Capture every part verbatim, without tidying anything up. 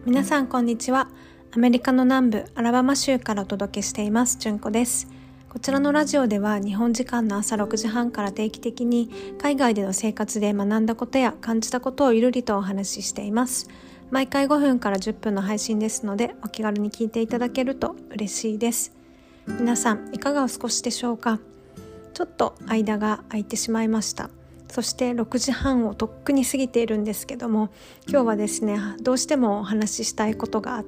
皆さんこんにちは。アメリカの南部アラバマ州からお届けしていますじゅんこです。こちらのラジオでは日本時間の朝ろくじはんから定期的に海外での生活で学んだことや感じたことをゆるりとお話ししています。毎回ごふんからじゅっぷんの配信ですので、お気軽に聞いていただけると嬉しいです。皆さんいかがお過ごしでしょうか。ちょっと間が空いてしまいました。そしてろくじはんをとっくに過ぎているんですけども、今日はですねどうしてもお話ししたいことがあって、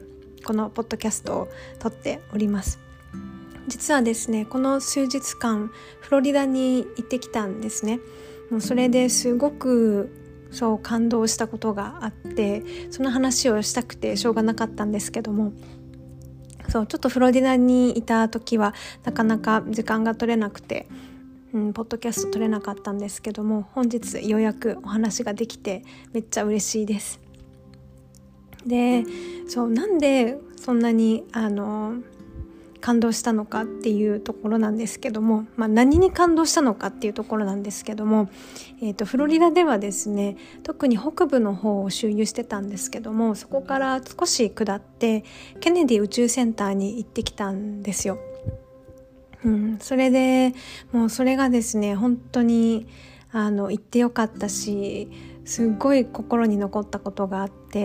このポッドキャストを撮っております。実はですねこの数日間フロリダに行ってきたんですね。もうそれですごくそう感動したことがあって、その話をしたくてしょうがなかったんですけども、そうちょっとフロリダにいた時はなかなか時間が取れなくて、うん、ポッドキャスト撮れなかったんですけども、本日ようやくお話ができてめっちゃ嬉しいです。で、そうなんでそんなにあの感動したのかっていうところなんですけども、まあ、何に感動したのかっていうところなんですけども、えーと、フロリダではですね特に北部の方を周遊してたんですけども、そこから少し下ってケネディ宇宙センターに行ってきたんですよ。うん、それでもうそれがですね本当にあの行ってよかったし、すごい心に残ったことがあって、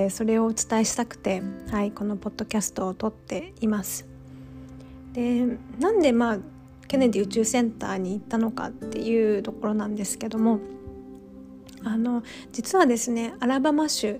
それをお伝えしたくて、はい、このポッドキャストを撮っています。で、なんでまあケネディ宇宙センターに行ったのかっていうところなんですけども、あの実はですねアラバマ州って、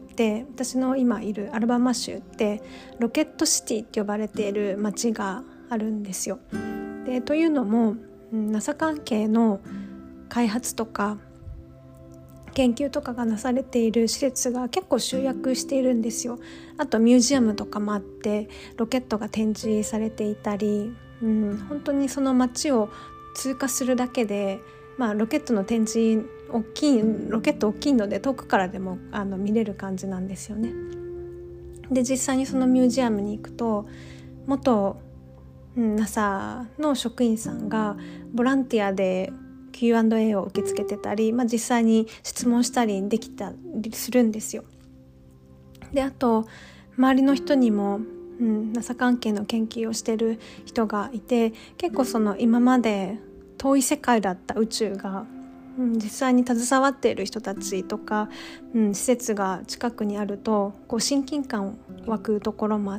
私の今いるアラバマ州ってロケットシティって呼ばれている町があるんですよ。でというのも ナサ 関係の開発とか研究とかがなされている施設が結構集約しているんですよ。あとミュージアムとかもあって、ロケットが展示されていたり、うん、本当にその街を通過するだけで、まあ、ロケットの展示大きいロケット大きいので遠くからでもあの見れる感じなんですよね。で実際にそのミュージアムに行くと、元ナサ の職員さんがボランティアで キューアンドエー を受け付けてたり、まあ、実際に質問したりできたりするんですよ。であと周りの人にも、うん、ナサ 関係の研究をしてる人がいて、結構その今まで遠い世界だった宇宙が、うん、実際に携わっている人たちとか、うん、施設が近くにあるとこう親近感湧くところもあって、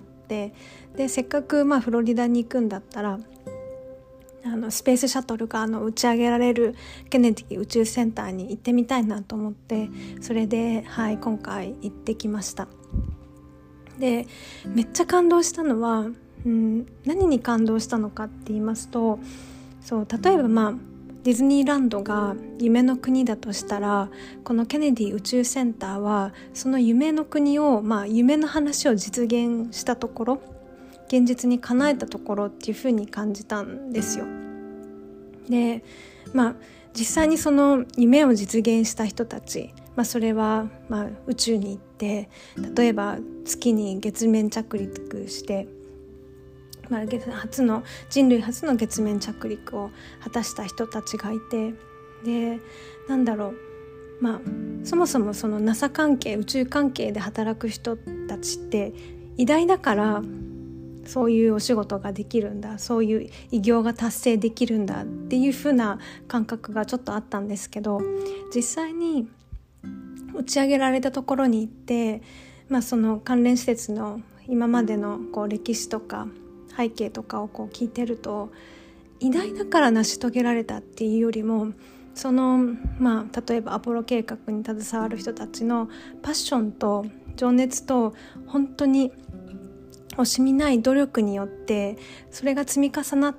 でせっかくまあフロリダに行くんだったら、あのスペースシャトルがあの打ち上げられるケネディ宇宙センターに行ってみたいなと思って、それで、はい、今回行ってきました。でめっちゃ感動したのは、うん、何に感動したのかって言いますと、そう例えばまあディズニーランドが夢の国だとしたら、このケネディ宇宙センターはその夢の国を、まあ、夢の話を実現したところ、現実に叶えたところっていう風に感じたんですよ。で、まあ実際にその夢を実現した人たち、まあ、それはまあ宇宙に行って、例えば月に月面着陸して、まあ、初の人類初の月面着陸を果たした人たちがいて、でなんだろう、まあそもそもその ナサ 関係宇宙関係で働く人たちって偉大だからそういうお仕事ができるんだ、そういう偉業が達成できるんだっていう風な感覚がちょっとあったんですけど、実際に打ち上げられたところに行って、まあ、その関連施設の今までのこう歴史とか背景とかをこう聞いてると、偉大だから成し遂げられたっていうよりも、その、まあ、例えばアポロ計画に携わる人たちのパッションと情熱と本当に惜しみない努力によってそれが積み重なって、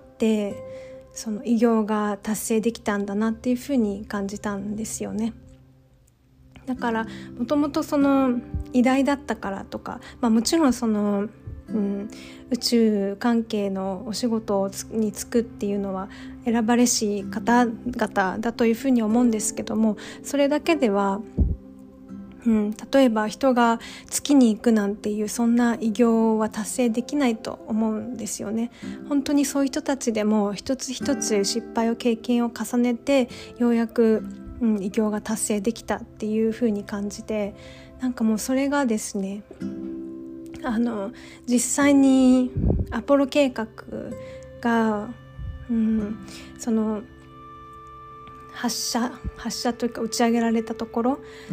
その偉業が達成できたんだなっていうふうに感じたんですよね。だからもともとその偉大だったからとか、まあ、もちろんその、うん、宇宙関係のお仕事に就くっていうのは選ばれし方々だというふうに思うんですけども、それだけではうん、例えば人が月に行くなんていうそんな偉業は達成できないと思うんですよね。本当にそういう人たちでも一つ一つ失敗を経験を重ねてようやく、うん、偉業が達成できたっていう風に感じて、なんかもうそれがですねあの実際にアポロ計画が、うん、その発射発射というか打ち上げられたところ、うん、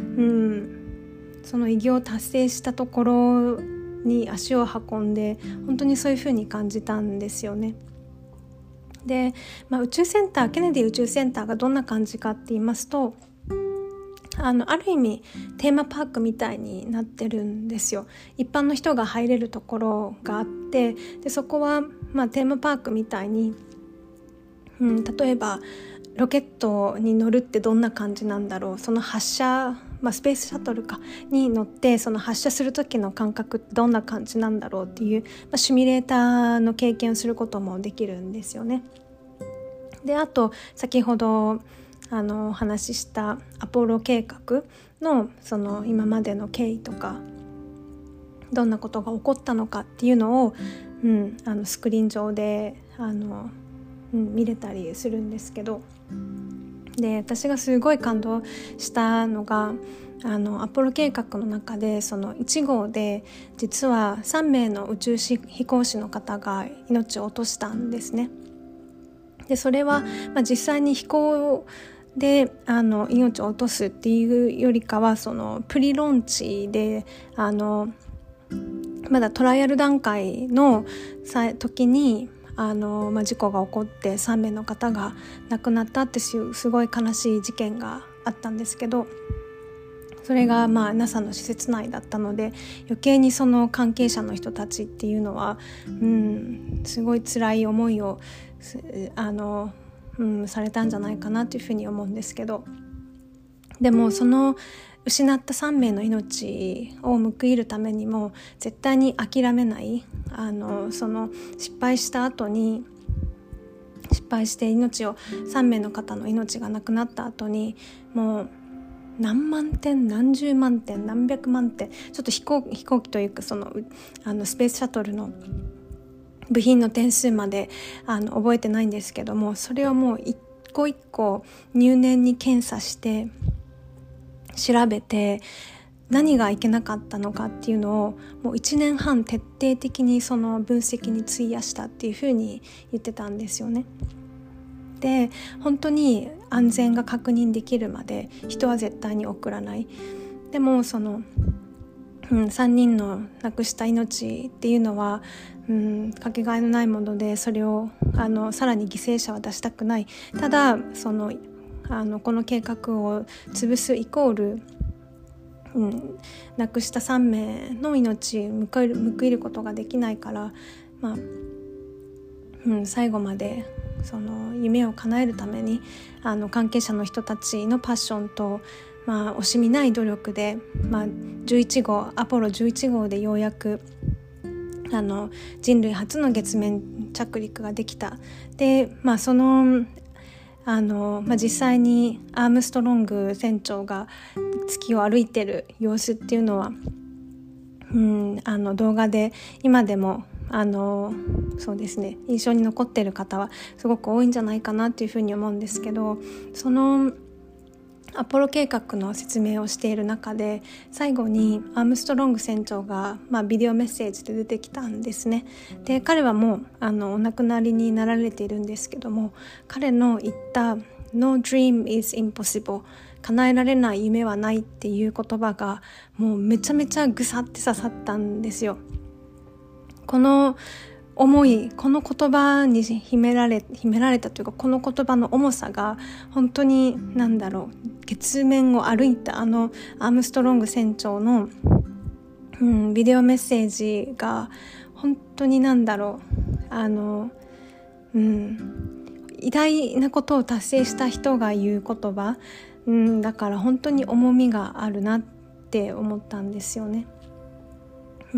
その偉業を達成したところに足を運んで本当にそういう風に感じたんですよね。で、まあ、宇宙センターケネディ宇宙センターがどんな感じかって言いますと、あのある意味テーマパークみたいになってるんですよ。一般の人が入れるところがあって、でそこは、まあ、テーマパークみたいに、うん、例えばロケットに乗るってどんな感じなんだろう、その発射、まあ、スペースシャトルかに乗ってその発射する時の感覚ってどんな感じなんだろうっていう、まあ、シミュレーターの経験をすることもできるんですよね。であと先ほどあのお話ししたアポロ計画のその今までの経緯とかどんなことが起こったのかっていうのを、うん、あのスクリーン上であの、うん、見れたりするんですけど、で私がすごい感動したのがあのアポロ計画の中でそのいち号で実はさん名の宇宙飛行士の方が命を落としたんですね。でそれは、まあ、実際に飛行であの命を落とすっていうよりかはそのプリローンチであのまだトライアル段階の時にあの、まあ、事故が起こってさん名の方が亡くなったっていうすごい悲しい事件があったんですけど、それが、まあ、ナサ の施設内だったので余計にその関係者の人たちっていうのは、うん、すごい辛い思いをあのうん、されたんじゃないかなというふうに思うんですけど、でもその失ったさん名の命を報いるためにも絶対に諦めない、あのその失敗した後に失敗して命をさん名の方の命がなくなった後にもう何万点何十万点何百万点ちょっと飛行、飛行機というかそのあのスペースシャトルの部品の点数まであの覚えてないんですけども、それをもう一個一個入念に検査して調べて何がいけなかったのかっていうのをもういちねんはん徹底的にその分析に費やしたっていうふうに言ってたんですよね。で本当に安全が確認できるまで人は絶対に送らない。でもそのうん、さんにんの亡くした命っていうのは、うん、かけがえのないものでそれをあのさらに犠牲者は出したくない。ただそのあのこの計画を潰すイコール、うん、亡くしたさん名の命を報いる、報いることができないから、まあうん、最後までその夢を叶えるためにあの関係者の人たちのパッションとまあ、惜しみない努力で、まあ、じゅういち号アポロじゅういち号でようやくあの人類初の月面着陸ができた。で、まあ、そのあの、まあ、実際にアームストロング船長が月を歩いてる様子っていうのは、うん、あの動画で今でもあのそうですね印象に残ってる方はすごく多いんじゃないかなというふうに思うんですけど、そのアポロ計画の説明をしている中で最後にアームストロング船長が、まあ、ビデオメッセージで出てきたんですね。で彼はもうあのお亡くなりになられているんですけども、彼の言った No dream is impossible 叶えられない夢はないっていう言葉がもうめちゃめちゃぐさって刺さったんですよ。この思い、この言葉に秘められ、秘められたというかこの言葉の重さが本当に何だろう、月面を歩いたあのアームストロング船長の、うん、ビデオメッセージが本当に何だろう、あの、うん、偉大なことを達成した人が言う言葉、うん、だから本当に重みがあるなって思ったんですよね。うん、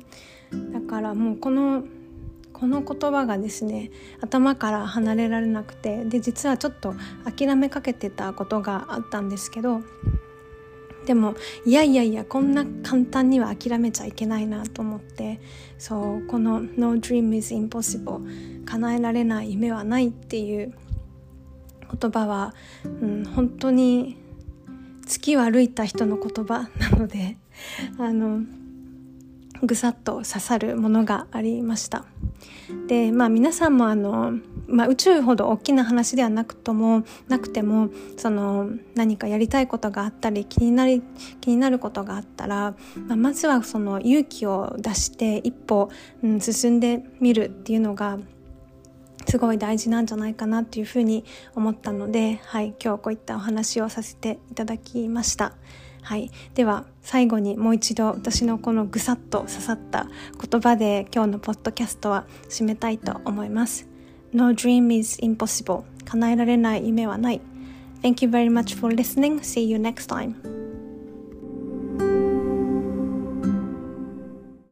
だからもうこのこの言葉がですね頭から離れられなくて、で実はちょっと諦めかけてたことがあったんですけど、でもいやいやいやこんな簡単には諦めちゃいけないなと思って、そうこの No dream is impossible 叶えられない夢はないっていう言葉は、うん、本当に月を歩いた人の言葉なのであのぐさっと刺さるものがありました。で、まあ皆さんもあの、まあ、宇宙ほど大きな話ではなくともなくてもその何かやりたいことがあったり気になり気になることがあったら、まあ、まずはその勇気を出して一歩、うん、進んでみるっていうのがすごい大事なんじゃないかなっていうふうに思ったので、はい、今日こういったお話をさせていただきました。はい、では最後にもう一度私のこのぐさっと刺さった言葉で今日のポッドキャストは締めたいと思います。No dream is impossible. 叶えられない夢はない。Thank you very much for listening. See you next time.